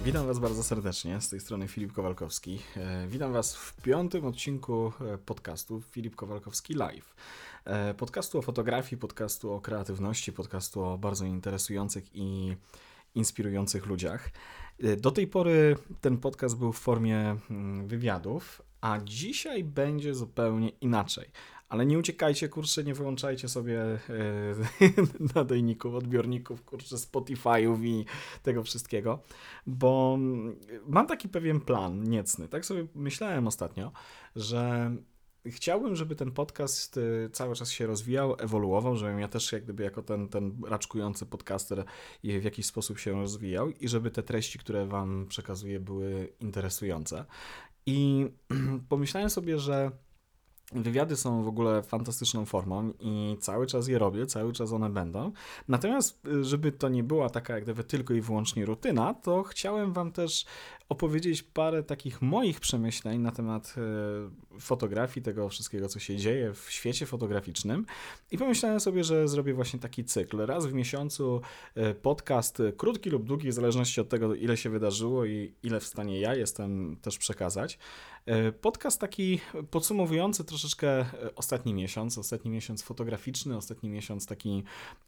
Witam Was bardzo serdecznie, z tej strony Filip Kowalkowski. Witam Was w 5. odcinku podcastu Filip Kowalkowski Live. Podcastu o fotografii, podcastu o kreatywności, podcastu o bardzo interesujących i inspirujących ludziach. Do tej pory ten podcast był w formie wywiadów, a dzisiaj będzie zupełnie inaczej. Ale nie uciekajcie, kurczę, nie wyłączajcie sobie nadajników, odbiorników, kurczę, Spotify'ów i tego wszystkiego, bo mam taki pewien plan niecny. Tak sobie myślałem ostatnio, że chciałbym, żeby ten podcast cały czas się rozwijał, ewoluował, żebym ja też jak gdyby jako ten raczkujący podcaster w jakiś sposób się rozwijał i żeby te treści, które wam przekazuję, były interesujące. I pomyślałem sobie, że wywiady są w ogóle fantastyczną formą i cały czas je robię, cały czas one będą. Natomiast, żeby to nie była taka jak gdyby tylko i wyłącznie rutyna, to chciałem wam też opowiedzieć parę takich moich przemyśleń na temat fotografii, tego wszystkiego, co się dzieje w świecie fotograficznym. I pomyślałem sobie, że zrobię właśnie taki cykl. Raz w miesiącu podcast, krótki lub długi, w zależności od tego, ile się wydarzyło i ile w stanie ja jestem też przekazać. Podcast taki podsumowujący troszeczkę ostatni miesiąc fotograficzny, ostatni miesiąc taki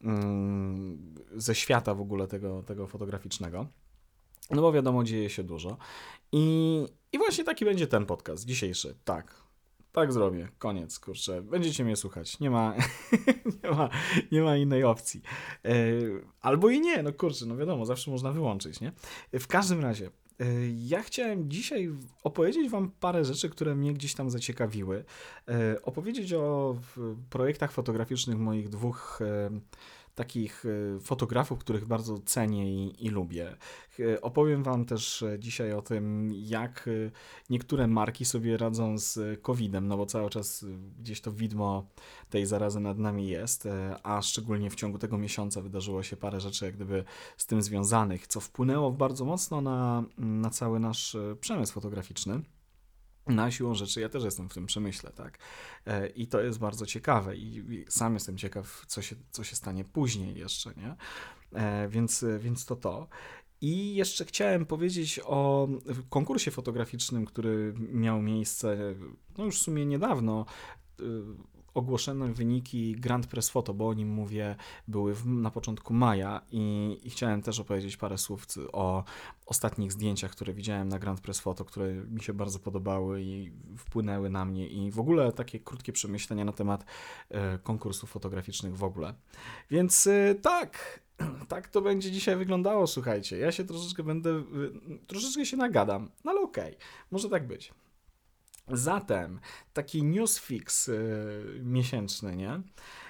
ze świata w ogóle tego fotograficznego. No bo wiadomo, dzieje się dużo. I właśnie taki będzie ten podcast dzisiejszy. Tak zrobię. Koniec, kurczę. Będziecie mnie słuchać. Nie ma innej opcji. Albo i nie, no kurczę, no wiadomo, zawsze można wyłączyć, nie? W każdym razie, ja chciałem dzisiaj opowiedzieć wam parę rzeczy, które mnie gdzieś tam zaciekawiły. Opowiedzieć o projektach fotograficznych moich dwóch takich fotografów, których bardzo cenię i lubię. Opowiem wam też dzisiaj o tym, jak niektóre marki sobie radzą z COVID-em, no bo cały czas gdzieś to widmo tej zarazy nad nami jest, a szczególnie w ciągu tego miesiąca wydarzyło się parę rzeczy jak gdyby z tym związanych, co wpłynęło bardzo mocno na cały nasz przemysł fotograficzny. Na siłą rzeczy ja też jestem w tym przemyśle, tak? I to jest bardzo ciekawe i sam jestem ciekaw, co się stanie później jeszcze, nie? Więc to. I jeszcze chciałem powiedzieć o konkursie fotograficznym, który miał miejsce, no już w sumie niedawno. Ogłoszone wyniki Grand Press Photo, bo o nim mówię, były na początku maja i chciałem też opowiedzieć parę słów o ostatnich zdjęciach, które widziałem na Grand Press Photo, które mi się bardzo podobały i wpłynęły na mnie i w ogóle takie krótkie przemyślenia na temat konkursów fotograficznych w ogóle. Więc tak to będzie dzisiaj wyglądało, słuchajcie. Ja się troszeczkę się nagadam, no ale okej, może tak być. Zatem taki newsfix miesięczny, nie?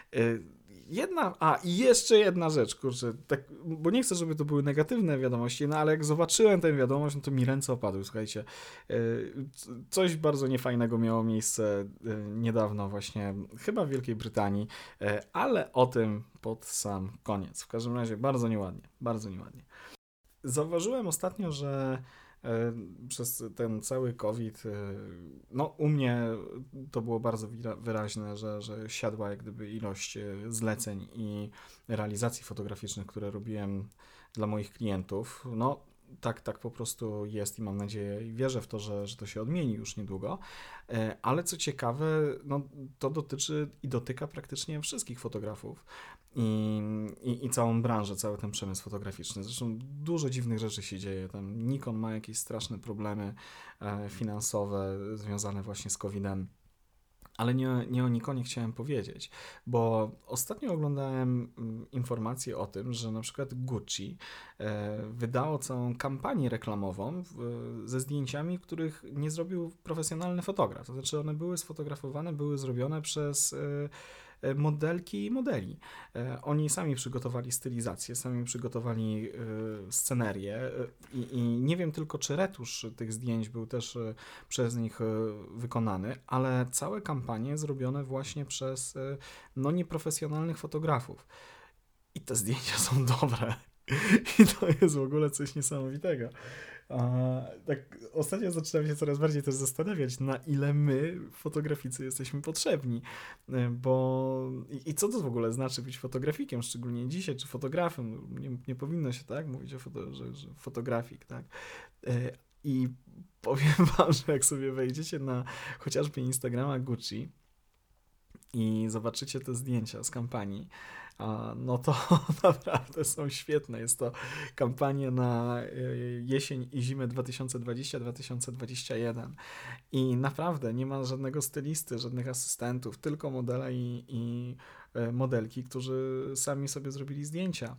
I jeszcze jedna rzecz, kurczę, tak, bo nie chcę, żeby to były negatywne wiadomości, no ale jak zobaczyłem tę wiadomość, no to mi ręce opadły, słuchajcie. Coś bardzo niefajnego miało miejsce niedawno właśnie, chyba w Wielkiej Brytanii, ale o tym pod sam koniec. W każdym razie bardzo nieładnie, bardzo nieładnie. Zauważyłem ostatnio, że przez ten cały COVID, no u mnie to było bardzo wyraźne, że siadła jak gdyby ilość zleceń i realizacji fotograficznych, które robiłem dla moich klientów. No tak po prostu jest i mam nadzieję i wierzę w to, że to się odmieni już niedługo. Ale co ciekawe, no, to dotyczy i dotyka praktycznie wszystkich fotografów i całą branżę, cały ten przemysł fotograficzny. Zresztą dużo dziwnych rzeczy się dzieje. Tam Nikon ma jakieś straszne problemy finansowe związane właśnie z COVID-em. Ale nie o Nikonie chciałem powiedzieć, bo ostatnio oglądałem informację o tym, że na przykład Gucci wydało całą kampanię reklamową ze zdjęciami, których nie zrobił profesjonalny fotograf. To znaczy one były sfotografowane, były zrobione przez modelki i modeli. Oni sami przygotowali stylizację, sami przygotowali scenerię i nie wiem tylko, czy retusz tych zdjęć był też przez nich wykonany, ale całe kampanie zrobione właśnie przez nieprofesjonalnych fotografów. I te zdjęcia są dobre. I to jest w ogóle coś niesamowitego. Tak ostatnio zaczynam się coraz bardziej też zastanawiać, na ile my, fotograficy, jesteśmy potrzebni. Bo i co to w ogóle znaczy być fotografikiem, szczególnie dzisiaj, czy fotografem? Nie powinno się tak mówić o że fotografik, tak? I powiem wam, że jak sobie wejdziecie na chociażby Instagrama Gucci i zobaczycie te zdjęcia z kampanii, no to naprawdę są świetne. Jest to kampania na jesień i zimę 2020-2021 i naprawdę nie ma żadnego stylisty, żadnych asystentów, tylko modele i modelki, którzy sami sobie zrobili zdjęcia.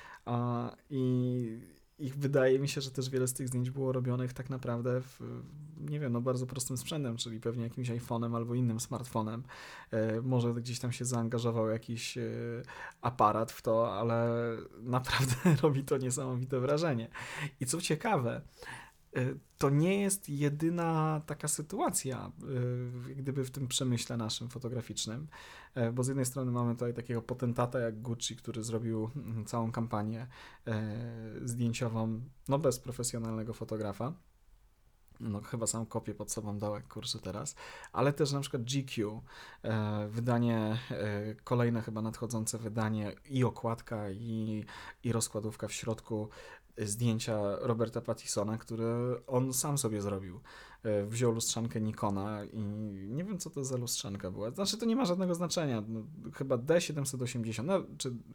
I wydaje mi się, że też wiele z tych zdjęć było robionych tak naprawdę nie wiem, no bardzo prostym sprzętem, czyli pewnie jakimś iPhone'em albo innym smartfonem. Może gdzieś tam się zaangażował jakiś aparat w to, ale naprawdę robi to niesamowite wrażenie. I co ciekawe, to nie jest jedyna taka sytuacja, jak gdyby w tym przemyśle naszym fotograficznym, bo z jednej strony mamy tutaj takiego potentata jak Gucci, który zrobił całą kampanię zdjęciową, no bez profesjonalnego fotografa. No chyba sam kopię pod sobą dołek, kurczę teraz, ale też na przykład GQ, wydanie, kolejne chyba nadchodzące wydanie i okładka i rozkładówka w środku zdjęcia Roberta Pattisona, które on sam sobie zrobił. Wziął lustrzankę Nikona i nie wiem, co to za lustrzanka była. Znaczy, to nie ma żadnego znaczenia. No, chyba D780, no,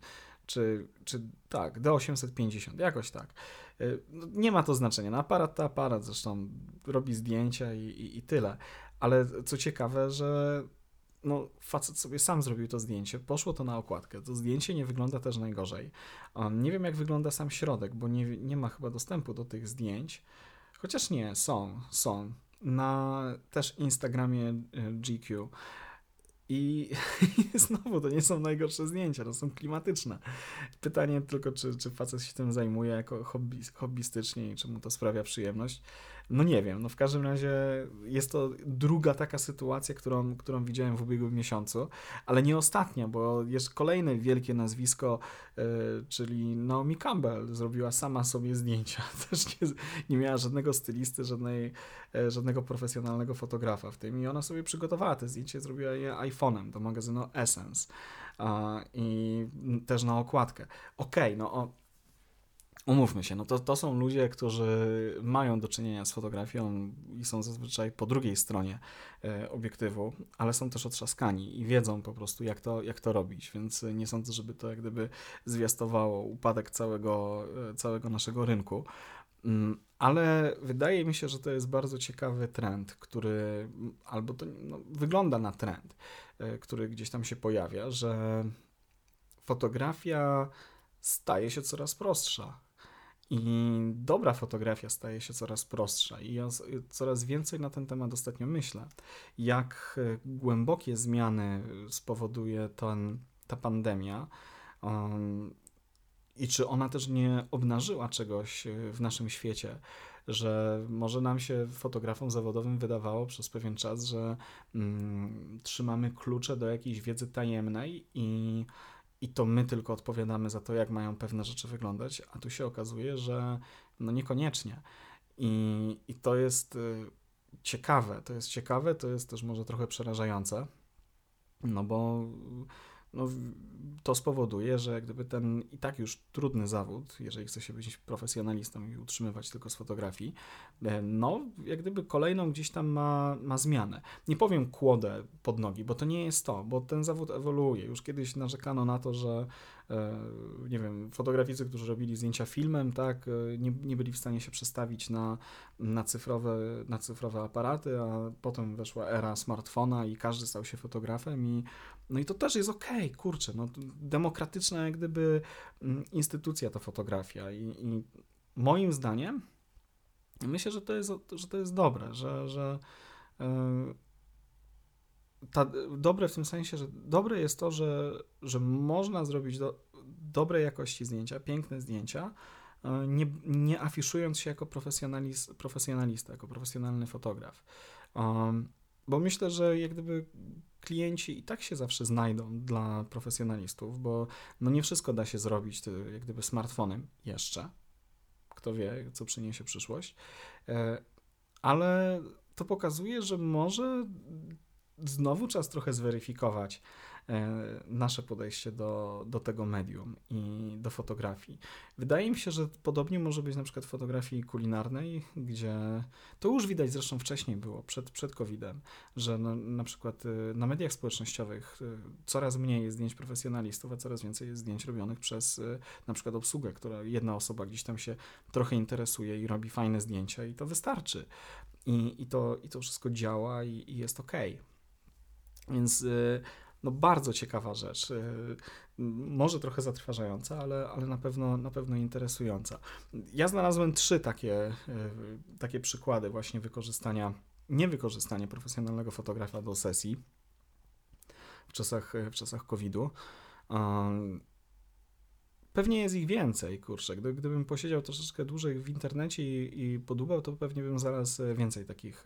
czy tak, D850, jakoś tak. No, nie ma to znaczenia. No, aparat to aparat, zresztą robi zdjęcia i tyle. Ale co ciekawe, że no, facet sobie sam zrobił to zdjęcie, poszło to na okładkę. To zdjęcie nie wygląda też najgorzej. Nie wiem, jak wygląda sam środek, bo nie ma chyba dostępu do tych zdjęć. Chociaż nie, są. Na też Instagramie GQ. I znowu to nie są najgorsze zdjęcia, to są klimatyczne. Pytanie tylko, czy facet się tym zajmuje jako hobbystycznie i czy mu to sprawia przyjemność. No nie wiem, no w każdym razie jest to druga taka sytuacja, którą widziałem w ubiegłym miesiącu, ale nie ostatnia, bo jest kolejne wielkie nazwisko, czyli Naomi Campbell zrobiła sama sobie zdjęcia. Też nie miała żadnego stylisty, żadnego profesjonalnego fotografa w tym i ona sobie przygotowała te zdjęcie, zrobiła je iPhone'em do magazynu Essence i też na okładkę. Okej, no umówmy się, no to są ludzie, którzy mają do czynienia z fotografią i są zazwyczaj po drugiej stronie obiektywu, ale są też otrzaskani i wiedzą po prostu, jak to robić, więc nie sądzę, żeby to jak gdyby zwiastowało upadek całego naszego rynku. Ale wydaje mi się, że to jest bardzo ciekawy trend, który, albo to no, wygląda na trend, który gdzieś tam się pojawia, że fotografia staje się coraz prostsza. I dobra fotografia staje się coraz prostsza i ja coraz więcej na ten temat ostatnio myślę. Jak głębokie zmiany spowoduje ta pandemia i czy ona też nie obnażyła czegoś w naszym świecie, że może nam się fotografom zawodowym wydawało przez pewien czas, że trzymamy klucze do jakiejś wiedzy tajemnej i to my tylko odpowiadamy za to, jak mają pewne rzeczy wyglądać, a tu się okazuje, że no niekoniecznie. I to jest ciekawe, to jest też może trochę przerażające, no bo no, to spowoduje, że gdyby ten i tak już trudny zawód, jeżeli chce się być profesjonalistą i utrzymywać tylko z fotografii, no jak gdyby kolejną gdzieś tam ma zmianę. Nie powiem kłodę pod nogi, bo to nie jest to, bo ten zawód ewoluuje. Już kiedyś narzekano na to, że nie wiem, fotograficy, którzy robili zdjęcia filmem, tak, nie byli w stanie się przestawić na cyfrowe aparaty, a potem weszła era smartfona i każdy stał się fotografem no i to też jest okej, kurczę, no demokratyczna jak gdyby instytucja ta fotografia i moim zdaniem myślę, że to jest dobre, że dobre w tym sensie, że dobre jest to, że można zrobić dobrej jakości zdjęcia, piękne zdjęcia, nie afiszując się jako profesjonalista, jako profesjonalny fotograf. Bo myślę, że jak gdyby klienci i tak się zawsze znajdą dla profesjonalistów, bo no nie wszystko da się zrobić jak gdyby smartfonem jeszcze. kto wie, co przyniesie przyszłość. Ale to pokazuje, że może znowu czas trochę zweryfikować nasze podejście do tego medium i do fotografii. Wydaje mi się, że podobnie może być na przykład w fotografii kulinarnej, gdzie to już widać, zresztą wcześniej było, przed COVID-em, że na przykład na mediach społecznościowych coraz mniej jest zdjęć profesjonalistów, a coraz więcej jest zdjęć robionych przez na przykład obsługę, która jedna osoba gdzieś tam się trochę interesuje i robi fajne zdjęcia i to wystarczy. I to wszystko działa i jest okej. Więc no bardzo ciekawa rzecz. Może trochę zatrważająca, ale na pewno interesująca. Ja znalazłem 3 takie przykłady właśnie niewykorzystania profesjonalnego fotografa do sesji w czasach COVID-u. Pewnie jest ich więcej, kurczę. Gdybym posiedział troszeczkę dłużej w internecie i podłubał, to pewnie bym zaraz więcej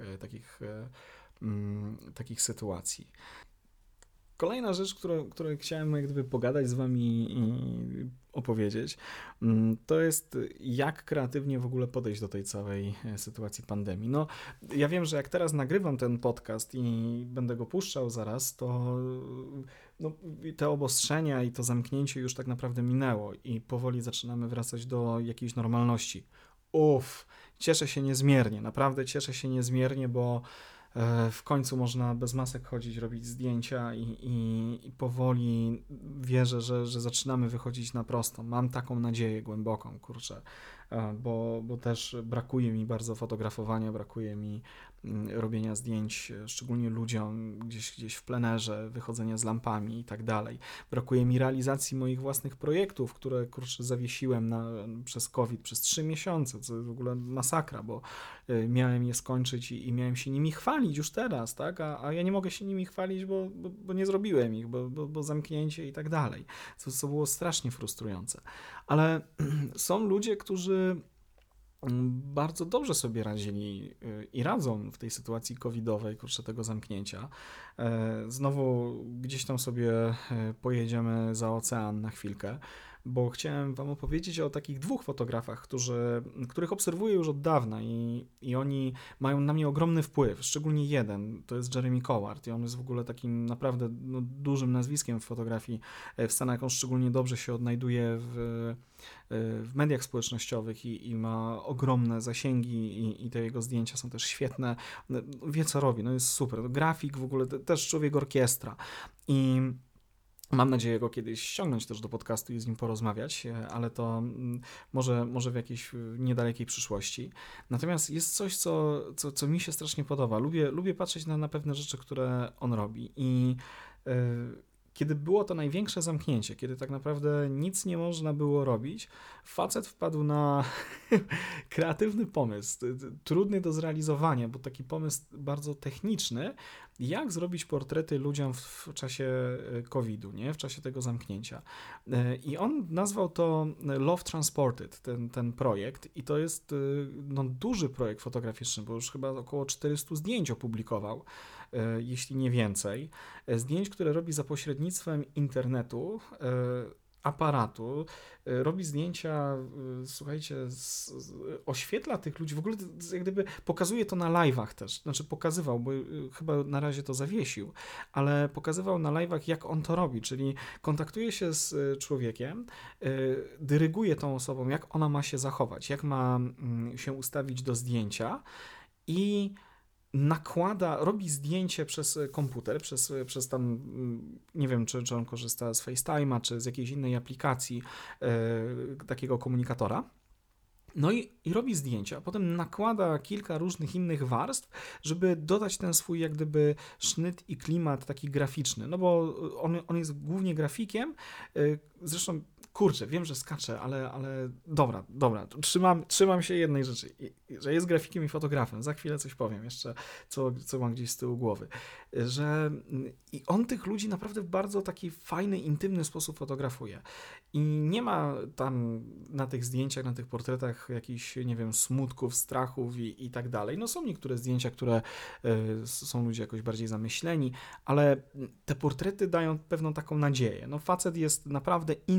takich sytuacji. Kolejna rzecz, której chciałem jak gdyby pogadać z wami i opowiedzieć, to jest jak kreatywnie w ogóle podejść do tej całej sytuacji pandemii. No, ja wiem, że jak teraz nagrywam ten podcast i będę go puszczał zaraz, to no, te obostrzenia i to zamknięcie już tak naprawdę minęło i powoli zaczynamy wracać do jakiejś normalności. Cieszę się niezmiernie, naprawdę cieszę się niezmiernie, bo w końcu można bez masek chodzić, robić zdjęcia i powoli wierzę, że zaczynamy wychodzić na prostą. Mam taką nadzieję głęboką, kurczę, bo też brakuje mi bardzo fotografowania, brakuje mi robienia zdjęć, szczególnie ludziom gdzieś w plenerze, wychodzenia z lampami i tak dalej. Brakuje mi realizacji moich własnych projektów, które, kurczę, zawiesiłem przez COVID przez 3 miesiące, co w ogóle masakra, bo miałem je skończyć i miałem się nimi chwalić już teraz, tak? A ja nie mogę się nimi chwalić, bo nie zrobiłem ich, bo zamknięcie i tak dalej, co było strasznie frustrujące. Ale są ludzie, którzy bardzo dobrze sobie radzili i radzą w tej sytuacji covidowej, kurczę, tego zamknięcia. Znowu gdzieś tam sobie pojedziemy za ocean na chwilkę, bo chciałem wam opowiedzieć o takich 2 fotografach, których obserwuję już od dawna i oni mają na mnie ogromny wpływ, szczególnie jeden, to jest Jeremy Cowart i on jest w ogóle takim naprawdę dużym nazwiskiem w fotografii w Stanach, on szczególnie dobrze się odnajduje w mediach społecznościowych i ma ogromne zasięgi i te jego zdjęcia są też świetne, wie co robi, no jest super, grafik w ogóle, też człowiek orkiestra i mam nadzieję go kiedyś ściągnąć też do podcastu i z nim porozmawiać, ale to może w jakiejś niedalekiej przyszłości. Natomiast jest coś, co mi się strasznie podoba. Lubię patrzeć na pewne rzeczy, które on robi i kiedy było to największe zamknięcie, kiedy tak naprawdę nic nie można było robić, facet wpadł na kreatywny pomysł, trudny do zrealizowania, bo taki pomysł bardzo techniczny, jak zrobić portrety ludziom w czasie COVID-u, nie? W czasie tego zamknięcia. I on nazwał to Love Transported, ten projekt, i to jest duży projekt fotograficzny, bo już chyba około 400 zdjęć opublikował, jeśli nie więcej. Zdjęć, które robi za pośrednictwem internetu, aparatu, robi zdjęcia, słuchajcie, oświetla tych ludzi, w ogóle jak gdyby pokazuje to na live'ach też, znaczy pokazywał, bo chyba na razie to zawiesił, ale pokazywał na live'ach, jak on to robi, czyli kontaktuje się z człowiekiem, dyryguje tą osobą, jak ona ma się zachować, jak ma się ustawić do zdjęcia i robi zdjęcie przez komputer, przez tam, nie wiem, czy on korzysta z FaceTime'a, czy z jakiejś innej aplikacji takiego komunikatora. No i robi zdjęcia, a potem nakłada kilka różnych innych warstw, żeby dodać ten swój jak gdyby sznyt i klimat taki graficzny, no bo on jest głównie grafikiem, zresztą kurczę, wiem, że skaczę, ale dobra, trzymam się jednej rzeczy, że jest grafikiem i fotografem, za chwilę coś powiem jeszcze, co mam gdzieś z tyłu głowy, że i on tych ludzi naprawdę w bardzo taki fajny, intymny sposób fotografuje i nie ma tam na tych zdjęciach, na tych portretach jakichś, nie wiem, smutków, strachów i tak dalej. No są niektóre zdjęcia, które są ludzie jakoś bardziej zamyśleni, ale te portrety dają pewną taką nadzieję. No facet jest naprawdę inspirujący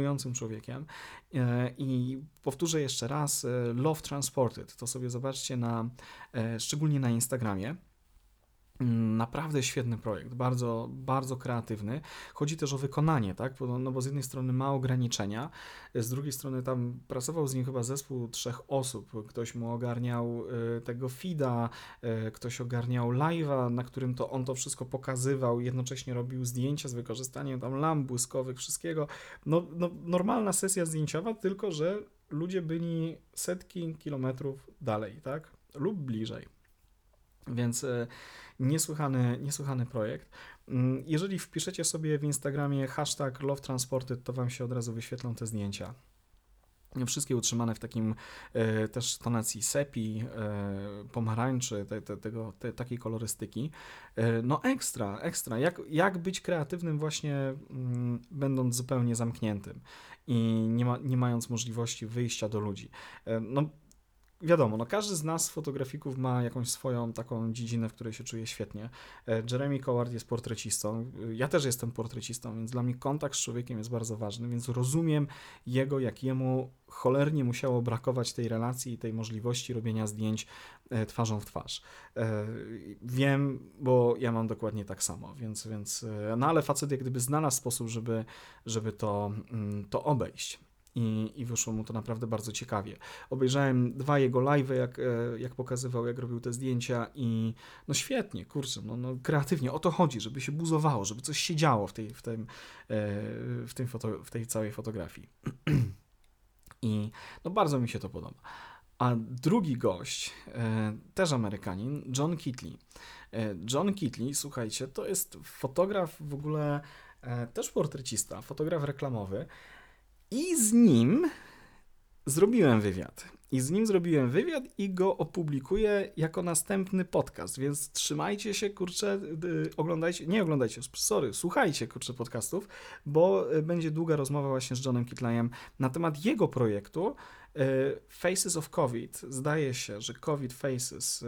fascynującym człowiekiem i powtórzę jeszcze raz, Love Transported, to sobie zobaczcie szczególnie na Instagramie. Naprawdę świetny projekt, bardzo, bardzo kreatywny. Chodzi też o wykonanie, tak? Bo z jednej strony ma ograniczenia, z drugiej strony tam pracował z nim chyba zespół 3 osób. Ktoś mu ogarniał tego feeda, ktoś ogarniał live'a, na którym to on to wszystko pokazywał, jednocześnie robił zdjęcia z wykorzystaniem tam lamp błyskowych, wszystkiego. Normalna sesja zdjęciowa, tylko że ludzie byli setki kilometrów dalej, tak? Lub bliżej. Więc niesłychany projekt. Jeżeli wpiszecie sobie w Instagramie hashtag #LoveTransported, to wam się od razu wyświetlą te zdjęcia. Wszystkie utrzymane w takim też tonacji sepi, pomarańczy, takiej kolorystyki. No ekstra. Jak być kreatywnym właśnie będąc zupełnie zamkniętym i nie mając możliwości wyjścia do ludzi. Wiadomo, każdy z nas, fotografików, ma jakąś swoją taką dziedzinę, w której się czuje świetnie. Jeremy Cowart jest portrecistą, ja też jestem portrecistą, więc dla mnie kontakt z człowiekiem jest bardzo ważny, więc rozumiem jak jemu cholernie musiało brakować tej relacji i tej możliwości robienia zdjęć twarzą w twarz. Wiem, bo ja mam dokładnie tak samo, więc ale facet jak gdyby znalazł sposób, żeby to obejść. I wyszło mu to naprawdę bardzo ciekawie. Obejrzałem 2 jego live'y, jak pokazywał, jak robił te zdjęcia i świetnie, kurczę, kreatywnie. O to chodzi, żeby się buzowało, żeby coś się działo w tej całej fotografii. I bardzo mi się to podoba. A drugi gość, też Amerykanin, John Kitley. John Kitley, słuchajcie, to jest fotograf w ogóle, też portrecista, fotograf reklamowy. I z nim zrobiłem wywiad i go opublikuję jako następny podcast, więc trzymajcie się, kurczę, słuchajcie, kurczę, podcastów, bo będzie długa rozmowa właśnie z Johnem Kitleyem na temat jego projektu Faces of COVID. Zdaje się, że COVID Faces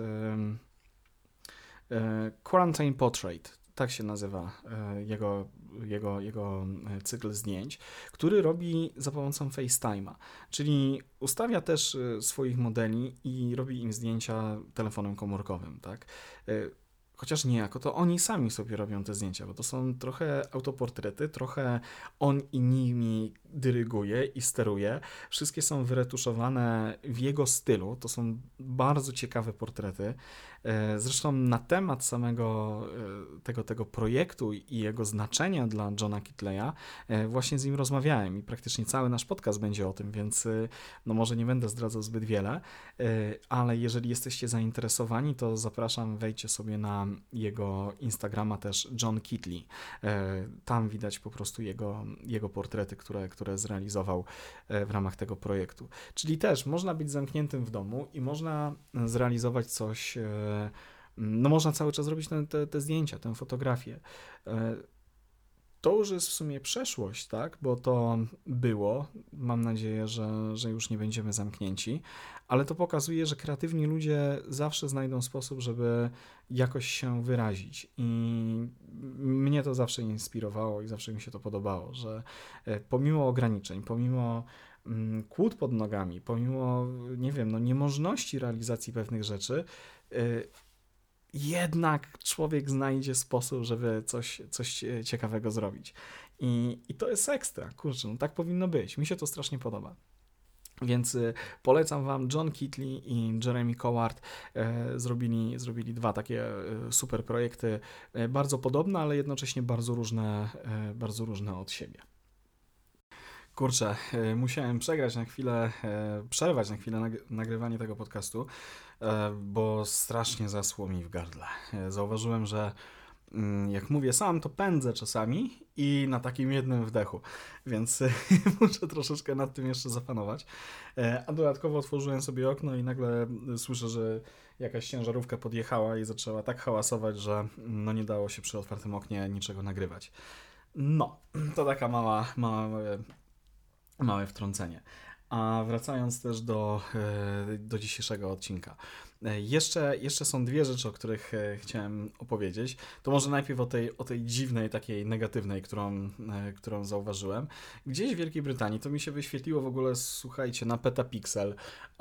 Quarantine Portrait. Tak się nazywa jego cykl zdjęć, który robi za pomocą FaceTime'a, czyli ustawia też swoich modeli i robi im zdjęcia telefonem komórkowym, tak? Chociaż niejako to oni sami sobie robią te zdjęcia, bo to są trochę autoportrety, trochę on i nimi dyryguje i steruje. Wszystkie są wyretuszowane w jego stylu, to są bardzo ciekawe portrety. Zresztą na temat samego tego projektu i jego znaczenia dla Johna Kitleya właśnie z nim rozmawiałem i praktycznie cały nasz podcast będzie o tym, więc może nie będę zdradzał zbyt wiele, ale jeżeli jesteście zainteresowani, to zapraszam, wejdźcie sobie na jego Instagrama też John Kitley. Tam widać po prostu jego portrety, które zrealizował w ramach tego projektu. Czyli też można być zamkniętym w domu i można zrealizować coś, można cały czas robić te zdjęcia, tę fotografię. To już jest w sumie przeszłość, tak? Bo to było. Mam nadzieję, że już nie będziemy zamknięci, ale to pokazuje, że kreatywni ludzie zawsze znajdą sposób, żeby jakoś się wyrazić. I mnie to zawsze inspirowało i zawsze mi się to podobało, że pomimo ograniczeń, pomimo kłód pod nogami, pomimo, niemożności realizacji pewnych rzeczy, jednak człowiek znajdzie sposób, żeby coś ciekawego zrobić. I to jest ekstra, kurczę, tak powinno być. Mi się to strasznie podoba. Więc polecam wam, John Kitley i Jeremy Cowart zrobili 2 takie super projekty, bardzo podobne, ale jednocześnie bardzo różne od siebie. Kurczę, musiałem przerwać na chwilę nagrywanie tego podcastu, bo strasznie zasło mi w gardle. Zauważyłem, że jak mówię sam, to pędzę czasami i na takim jednym wdechu, więc muszę troszeczkę nad tym jeszcze zapanować. A dodatkowo otworzyłem sobie okno i nagle słyszę, że jakaś ciężarówka podjechała i zaczęła tak hałasować, że nie dało się przy otwartym oknie niczego nagrywać. To taka małe wtrącenie. A wracając też do dzisiejszego odcinka. Jeszcze są dwie rzeczy, o których chciałem opowiedzieć. To może najpierw o tej dziwnej, takiej negatywnej, którą zauważyłem. Gdzieś w Wielkiej Brytanii, to mi się wyświetliło w ogóle, słuchajcie, na Petapixel.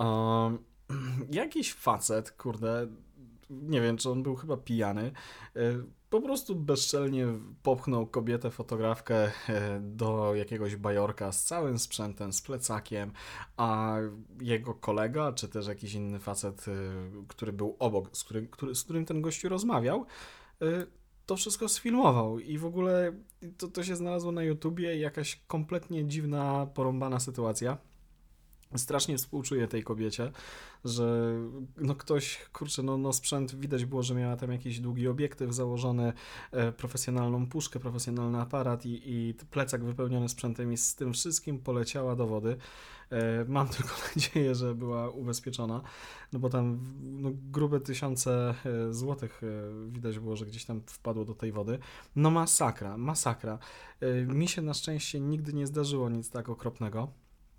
Jakiś facet, kurde, nie wiem, czy on był chyba pijany, po prostu bezczelnie popchnął kobietę, fotografkę do jakiegoś bajorka z całym sprzętem, z plecakiem, a jego kolega, czy też jakiś inny facet, który był obok, z którym ten gościu rozmawiał, to wszystko sfilmował i w ogóle to się znalazło na YouTubie, jakaś kompletnie dziwna, porąbana sytuacja. Strasznie współczuję tej kobiecie, że no ktoś, kurczę, no sprzęt, widać było, że miała tam jakiś długi obiektyw założony, profesjonalną puszkę, profesjonalny aparat i plecak wypełniony sprzętem i z tym wszystkim poleciała do wody. Mam tylko nadzieję, że była ubezpieczona, no bo tam no, grube tysiące złotych widać było, że gdzieś tam wpadło do tej wody. No masakra, masakra. Mi się na szczęście nigdy nie zdarzyło nic tak okropnego.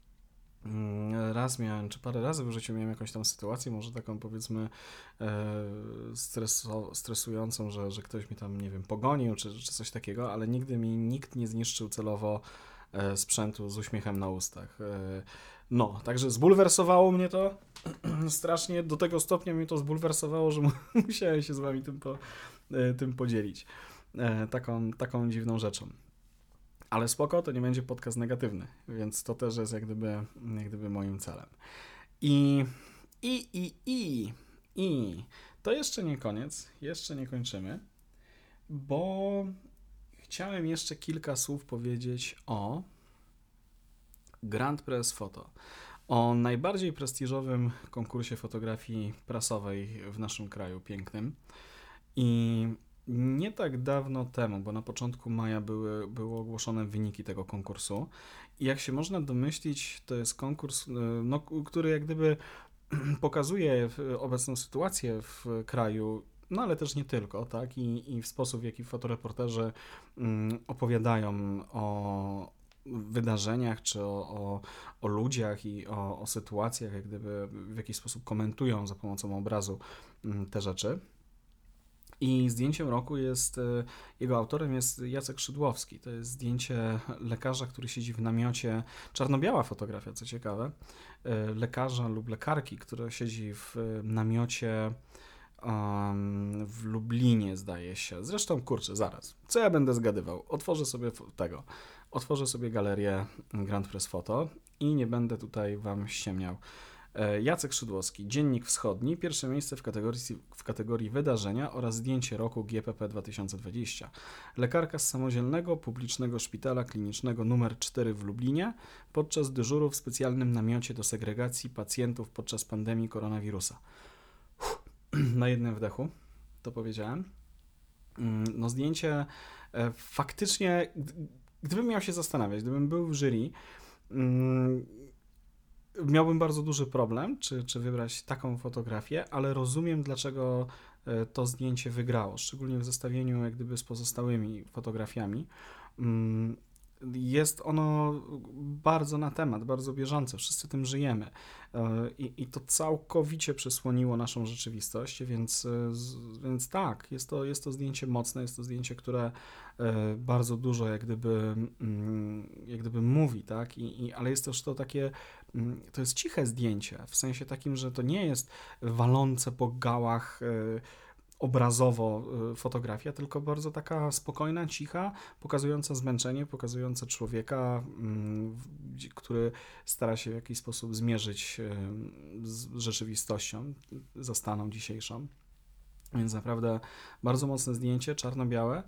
Raz miałem, czy parę razy w życiu miałem jakąś tam sytuację, może taką powiedzmy stresującą, że ktoś mi tam, nie wiem, pogonił, czy coś takiego, ale nigdy mi nikt nie zniszczył celowo sprzętu z uśmiechem na ustach. No, także zbulwersowało mnie to strasznie, do tego stopnia mnie to zbulwersowało, że musiałem się z wami tym podzielić. Taką dziwną rzeczą. Ale spoko, to nie będzie podcast negatywny, więc to też jest jak gdyby moim celem. I to jeszcze nie koniec, jeszcze nie kończymy, bo chciałem jeszcze kilka słów powiedzieć o Grand Press Photo, o najbardziej prestiżowym konkursie fotografii prasowej w naszym kraju, pięknym. I nie tak dawno temu, bo na początku maja były ogłoszone wyniki tego konkursu i jak się można domyślić, to jest konkurs, no, który jak gdyby pokazuje obecną sytuację w kraju, no ale też nie tylko, tak? I w sposób, w jaki fotoreporterzy opowiadają o wydarzeniach, czy o ludziach i o sytuacjach, jak gdyby w jakiś sposób komentują za pomocą obrazu te rzeczy. I zdjęciem roku jest, jego autorem jest Jacek Szydłowski. To jest zdjęcie lekarza, który siedzi w namiocie, czarno-biała fotografia, co ciekawe, lekarza lub lekarki, która siedzi w namiocie w Lublinie, zdaje się. Zresztą, kurczę, zaraz, co ja będę zgadywał? Otworzę sobie galerię Grand Press Photo i nie będę tutaj wam ściemniał. Jacek Szydłowski, Dziennik Wschodni, pierwsze miejsce w kategorii wydarzenia oraz zdjęcie roku GPP 2020. Lekarka z Samodzielnego Publicznego Szpitala Klinicznego nr 4 w Lublinie podczas dyżuru w specjalnym namiocie do segregacji pacjentów podczas pandemii koronawirusa. Na jednym wdechu to powiedziałem. No zdjęcie faktycznie, gdybym miał się zastanawiać, gdybym był w jury, miałbym bardzo duży problem, czy wybrać taką fotografię, ale rozumiem, dlaczego to zdjęcie wygrało, szczególnie w zestawieniu jak gdyby z pozostałymi fotografiami. Jest ono bardzo na temat, bardzo bieżące, wszyscy tym żyjemy i to całkowicie przysłoniło naszą rzeczywistość, więc tak, jest to zdjęcie mocne, jest to zdjęcie, które bardzo dużo jak gdyby mówi, tak, ale jest też to takie, to jest ciche zdjęcie, w sensie takim, że to nie jest walące po gałach obrazowo fotografia, tylko bardzo taka spokojna, cicha, pokazująca zmęczenie, pokazująca człowieka, który stara się w jakiś sposób zmierzyć z rzeczywistością, zastaną dzisiejszą. Więc naprawdę bardzo mocne zdjęcie, czarno-białe.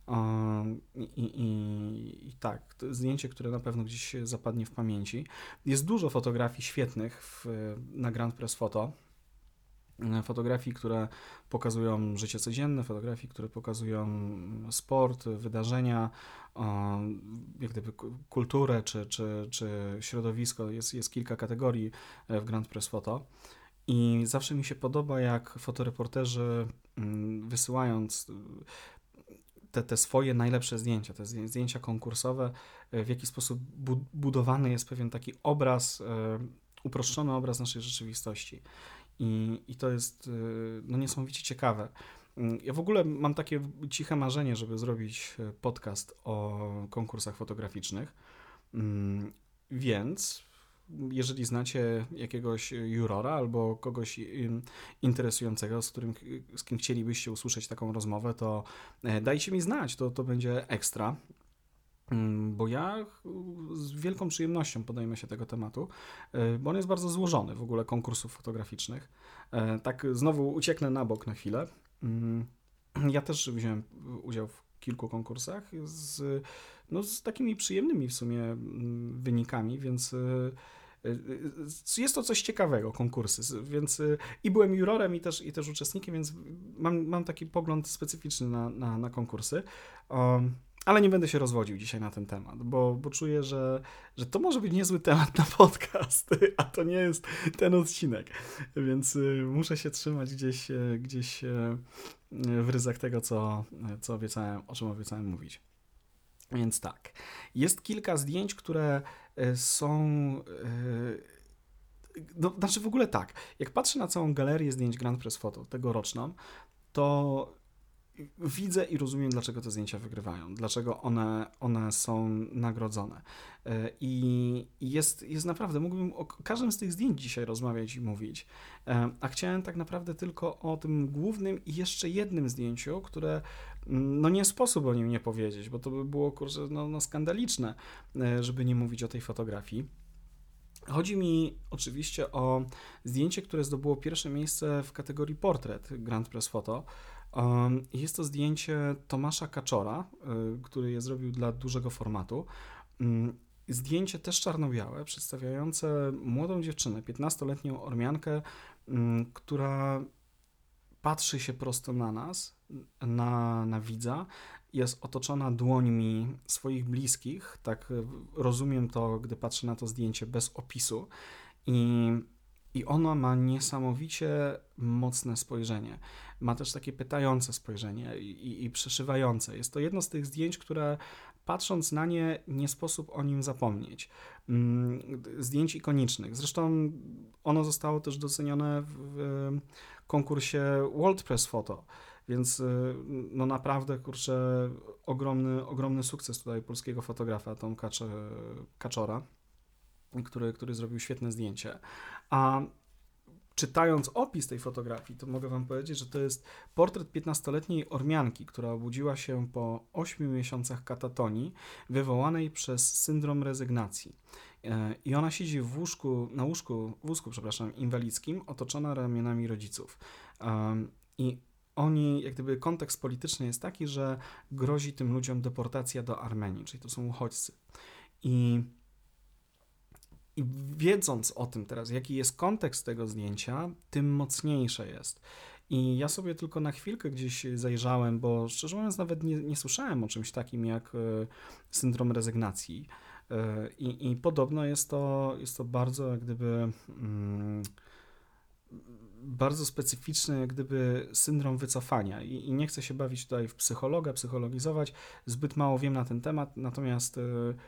I tak, to zdjęcie, które na pewno gdzieś zapadnie w pamięci. Jest dużo fotografii świetnych na Grand Press Photo. Fotografii, które pokazują życie codzienne, fotografii, które pokazują sport, wydarzenia, jak gdyby kulturę czy środowisko. Jest kilka kategorii w Grand Press Photo. I zawsze mi się podoba, jak fotoreporterzy wysyłając te swoje najlepsze zdjęcia, te zdjęcia konkursowe, w jaki sposób budowany jest pewien taki obraz, uproszczony obraz naszej rzeczywistości. I to jest no, niesamowicie ciekawe. Ja w ogóle mam takie ciche marzenie, żeby zrobić podcast o konkursach fotograficznych, więc jeżeli znacie jakiegoś jurora albo kogoś interesującego, z kim chcielibyście usłyszeć taką rozmowę, to dajcie mi znać, to będzie ekstra. Bo ja z wielką przyjemnością podejmę się tego tematu, bo on jest bardzo złożony w ogóle konkursów fotograficznych. Tak znowu ucieknę na bok na chwilę. Ja też wziąłem udział w kilku konkursach no, z takimi przyjemnymi w sumie wynikami, więc jest to coś ciekawego, konkursy, więc i byłem jurorem i też uczestnikiem, więc mam taki pogląd specyficzny na konkursy. Ale nie będę się rozwodził dzisiaj na ten temat, bo czuję, że to może być niezły temat na podcast, a to nie jest ten odcinek, więc muszę się trzymać gdzieś w ryzach tego, co obiecałem, o czym obiecałem mówić. Więc tak, jest kilka zdjęć, które są... No, znaczy w ogóle tak, jak patrzę na całą galerię zdjęć Grand Press Photo, tegoroczną, to widzę i rozumiem, dlaczego te zdjęcia wygrywają, dlaczego one są nagrodzone. I jest naprawdę, mógłbym o każdym z tych zdjęć dzisiaj rozmawiać i mówić, a chciałem tak naprawdę tylko o tym głównym i jeszcze jednym zdjęciu, które no nie sposób o nim nie powiedzieć, bo to by było, kurczę, no skandaliczne, żeby nie mówić o tej fotografii. Chodzi mi oczywiście o zdjęcie, które zdobyło pierwsze miejsce w kategorii portret Grand Press Photo. Jest to zdjęcie Tomasza Kaczora, który je zrobił dla dużego formatu. Zdjęcie też czarno-białe, przedstawiające młodą dziewczynę, 15-letnią Ormiankę, która patrzy się prosto na nas, na widza, jest otoczona dłońmi swoich bliskich, tak rozumiem to, gdy patrzę na to zdjęcie bez opisu i ona ma niesamowicie mocne spojrzenie. Ma też takie pytające spojrzenie i przeszywające. Jest to jedno z tych zdjęć, które patrząc na nie, nie sposób o nim zapomnieć. Zdjęć ikonicznych. Zresztą ono zostało też docenione w konkursie World Press Photo, więc no naprawdę, kurczę, ogromny sukces tutaj polskiego fotografa Tomka Kaczora, który zrobił świetne zdjęcie. A czytając opis tej fotografii, to mogę wam powiedzieć, że to jest portret 15-letniej Ormianki, która obudziła się po 8 miesiącach katatonii wywołanej przez syndrom rezygnacji. I ona siedzi w wózku, inwalidzkim, otoczona ramionami rodziców. I oni, jak gdyby kontekst polityczny jest taki, że grozi tym ludziom deportacja do Armenii, czyli to są uchodźcy. I wiedząc o tym teraz, jaki jest kontekst tego zdjęcia, tym mocniejsze jest. I ja sobie tylko na chwilkę gdzieś zajrzałem, bo szczerze mówiąc nawet nie słyszałem o czymś takim jak syndrom rezygnacji. I podobno jest to bardzo jak gdyby bardzo specyficzny jak gdyby syndrom wycofania i nie chcę się bawić tutaj w psychologizować, zbyt mało wiem na ten temat, natomiast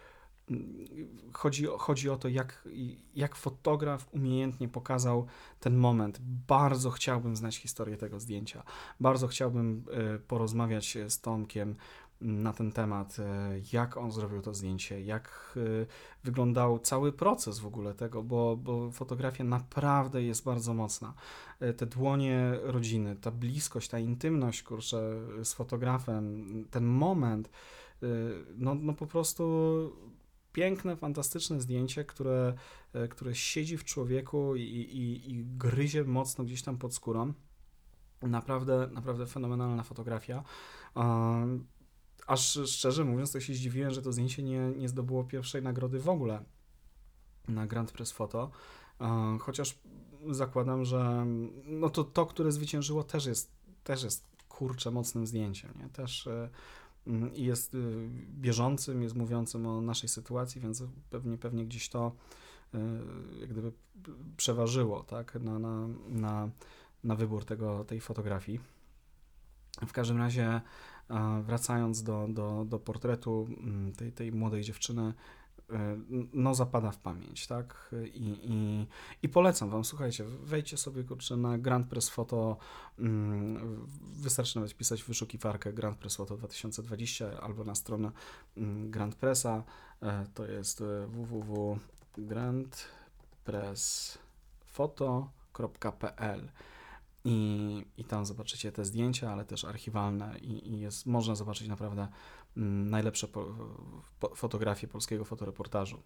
chodzi o to, jak fotograf umiejętnie pokazał ten moment. Bardzo chciałbym znać historię tego zdjęcia. Bardzo chciałbym porozmawiać z Tomkiem na ten temat, jak on zrobił to zdjęcie, jak wyglądał cały proces w ogóle tego, bo fotografia naprawdę jest bardzo mocna. Te dłonie rodziny, ta bliskość, ta intymność, kurczę, z fotografem, ten moment, no po prostu piękne, fantastyczne zdjęcie, które siedzi w człowieku i gryzie mocno gdzieś tam pod skórą. Naprawdę fenomenalna fotografia. Aż szczerze mówiąc, to się zdziwiłem, że to zdjęcie nie zdobyło pierwszej nagrody w ogóle na Grand Press Photo, chociaż zakładam, że no to które zwyciężyło też jest kurczę mocnym zdjęciem, nie? Też jest bieżącym, jest mówiącym o naszej sytuacji, więc pewnie gdzieś to jak gdyby przeważyło, tak, na wybór tej fotografii. W każdym razie wracając do portretu tej młodej dziewczyny, no zapada w pamięć, tak? I polecam wam, słuchajcie, wejdźcie sobie kurczę na Grand Press Photo, wystarczy nawet wpisać w wyszukiwarkę Grand Press Photo 2020 albo na stronę Grand Pressa, to jest www.grandpressphoto.pl i tam zobaczycie te zdjęcia, ale też archiwalne i można zobaczyć naprawdę najlepsze fotografie polskiego fotoreportażu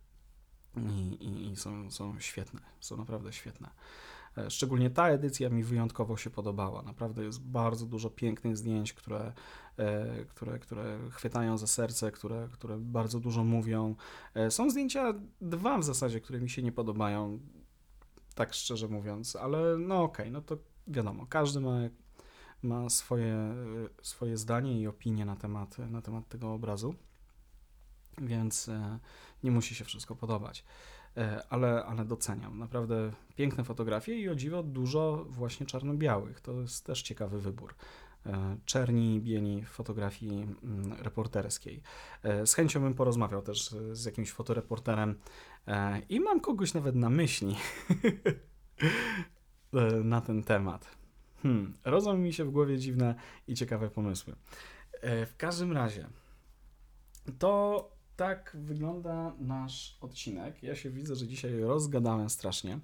i są świetne, są naprawdę świetne. Szczególnie ta edycja mi wyjątkowo się podobała. Naprawdę jest bardzo dużo pięknych zdjęć, które chwytają za serce, które bardzo dużo mówią. Są zdjęcia dwa w zasadzie, które mi się nie podobają, tak szczerze mówiąc, ale no okej, no to wiadomo, każdy ma swoje zdanie i opinię na temat tego obrazu, więc nie musi się wszystko podobać, ale doceniam. Naprawdę piękne fotografie i o dziwo dużo właśnie czarno-białych. To jest też ciekawy wybór. Czerni, bieli w fotografii reporterskiej. Z chęcią bym porozmawiał też z jakimś fotoreporterem i mam kogoś nawet na myśli na ten temat. Rodzą mi się w głowie dziwne i ciekawe pomysły. W każdym razie, to tak wygląda nasz odcinek. Ja się widzę, że dzisiaj rozgadałem strasznie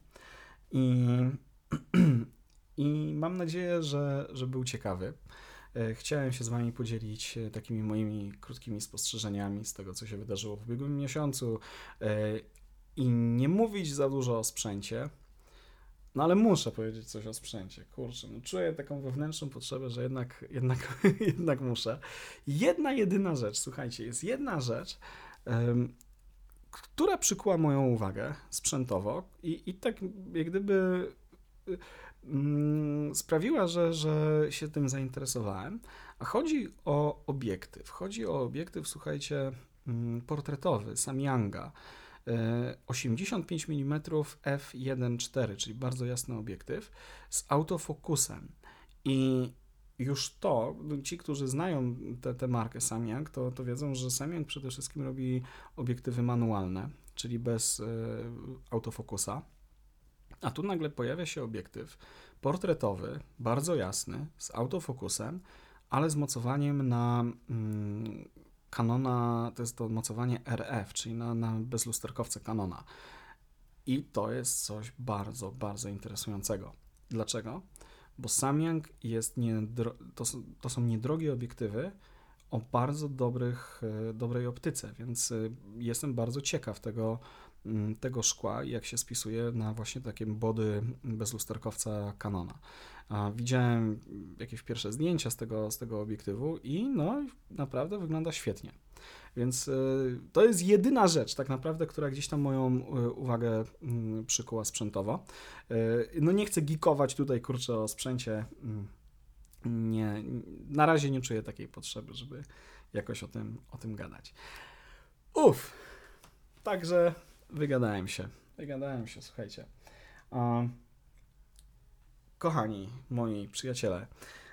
i mam nadzieję, że był ciekawy. Chciałem się z wami podzielić takimi moimi krótkimi spostrzeżeniami z tego, co się wydarzyło w ubiegłym miesiącu i nie mówić za dużo o sprzęcie. No ale muszę powiedzieć coś o sprzęcie. Kurczę, no czuję taką wewnętrzną potrzebę, że jednak muszę. Jedyna rzecz, słuchajcie, jest jedna rzecz, która przykuła moją uwagę sprzętowo i tak jak gdyby sprawiła, że się tym zainteresowałem. A chodzi o obiektyw. Słuchajcie, portretowy Samyanga. 85 mm f1.4, czyli bardzo jasny obiektyw z autofokusem. I już to, ci, którzy znają tę markę Samyang, to wiedzą, że Samyang przede wszystkim robi obiektywy manualne, czyli bez autofokusa. A tu nagle pojawia się obiektyw portretowy, bardzo jasny, z autofokusem, ale z mocowaniem na Canona, to jest to mocowanie RF, czyli na bezlusterkowce Canona. I to jest coś bardzo, bardzo interesującego. Dlaczego? Bo Samyang to są niedrogie obiektywy o bardzo dobrej optyce, więc jestem bardzo ciekaw tego szkła, jak się spisuje na właśnie takie body bezlusterkowca Canona. Widziałem jakieś pierwsze zdjęcia z tego obiektywu i no naprawdę wygląda świetnie. Więc to jest jedyna rzecz tak naprawdę, która gdzieś tam moją uwagę przykuła sprzętowo. No nie chcę geekować tutaj, kurczę, o sprzęcie. Nie, na razie nie czuję takiej potrzeby, żeby jakoś o tym gadać. Także wygadałem się, słuchajcie. Kochani, moi przyjaciele,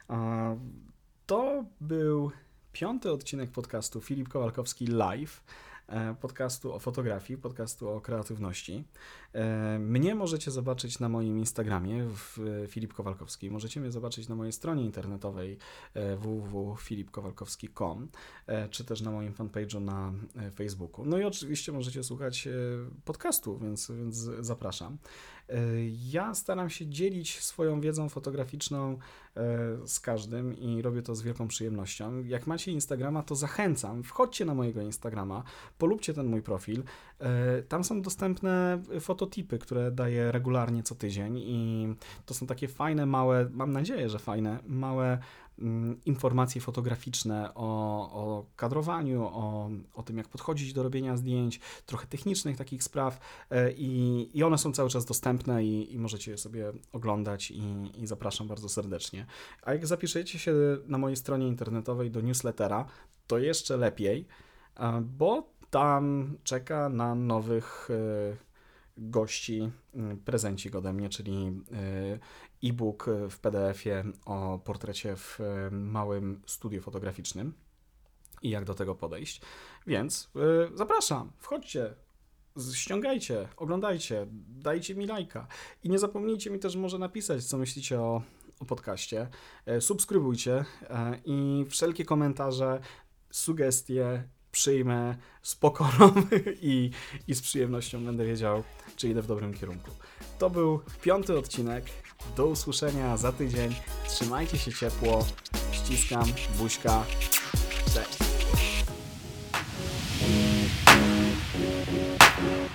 to był 5. odcinek podcastu Filip Kowalkowski Live, podcastu o fotografii, podcastu o kreatywności. Mnie możecie zobaczyć na moim Instagramie Filip Kowalkowski. Możecie mnie zobaczyć na mojej stronie internetowej www.filipkowalkowski.com czy też na moim fanpage'u na Facebooku. No i oczywiście możecie słuchać podcastu, więc zapraszam. Ja staram się dzielić swoją wiedzą fotograficzną z każdym i robię to z wielką przyjemnością. Jak macie Instagrama, to zachęcam, wchodźcie na mojego Instagrama, polubcie ten mój profil. Tam są dostępne fototipy, które daję regularnie co tydzień i to są takie fajne, małe, mam nadzieję, że fajne, małe informacje fotograficzne o kadrowaniu, o tym, jak podchodzić do robienia zdjęć, trochę technicznych takich spraw i one są cały czas dostępne i możecie je sobie oglądać i zapraszam bardzo serdecznie. A jak zapiszecie się na mojej stronie internetowej do newslettera, to jeszcze lepiej, bo tam czeka na nowych gości prezencik ode mnie, czyli e-book w PDF-ie o portrecie w małym studiu fotograficznym. i jak do tego podejść. Więc zapraszam, wchodźcie, ściągajcie, oglądajcie, dajcie mi lajka i nie zapomnijcie mi też może napisać, co myślicie o podcaście. Subskrybujcie i wszelkie komentarze, sugestie przyjmę z pokorą i z przyjemnością będę wiedział, czy idę w dobrym kierunku. To był 5. odcinek. Do usłyszenia za tydzień. Trzymajcie się ciepło. Ściskam. Buźka. Cześć.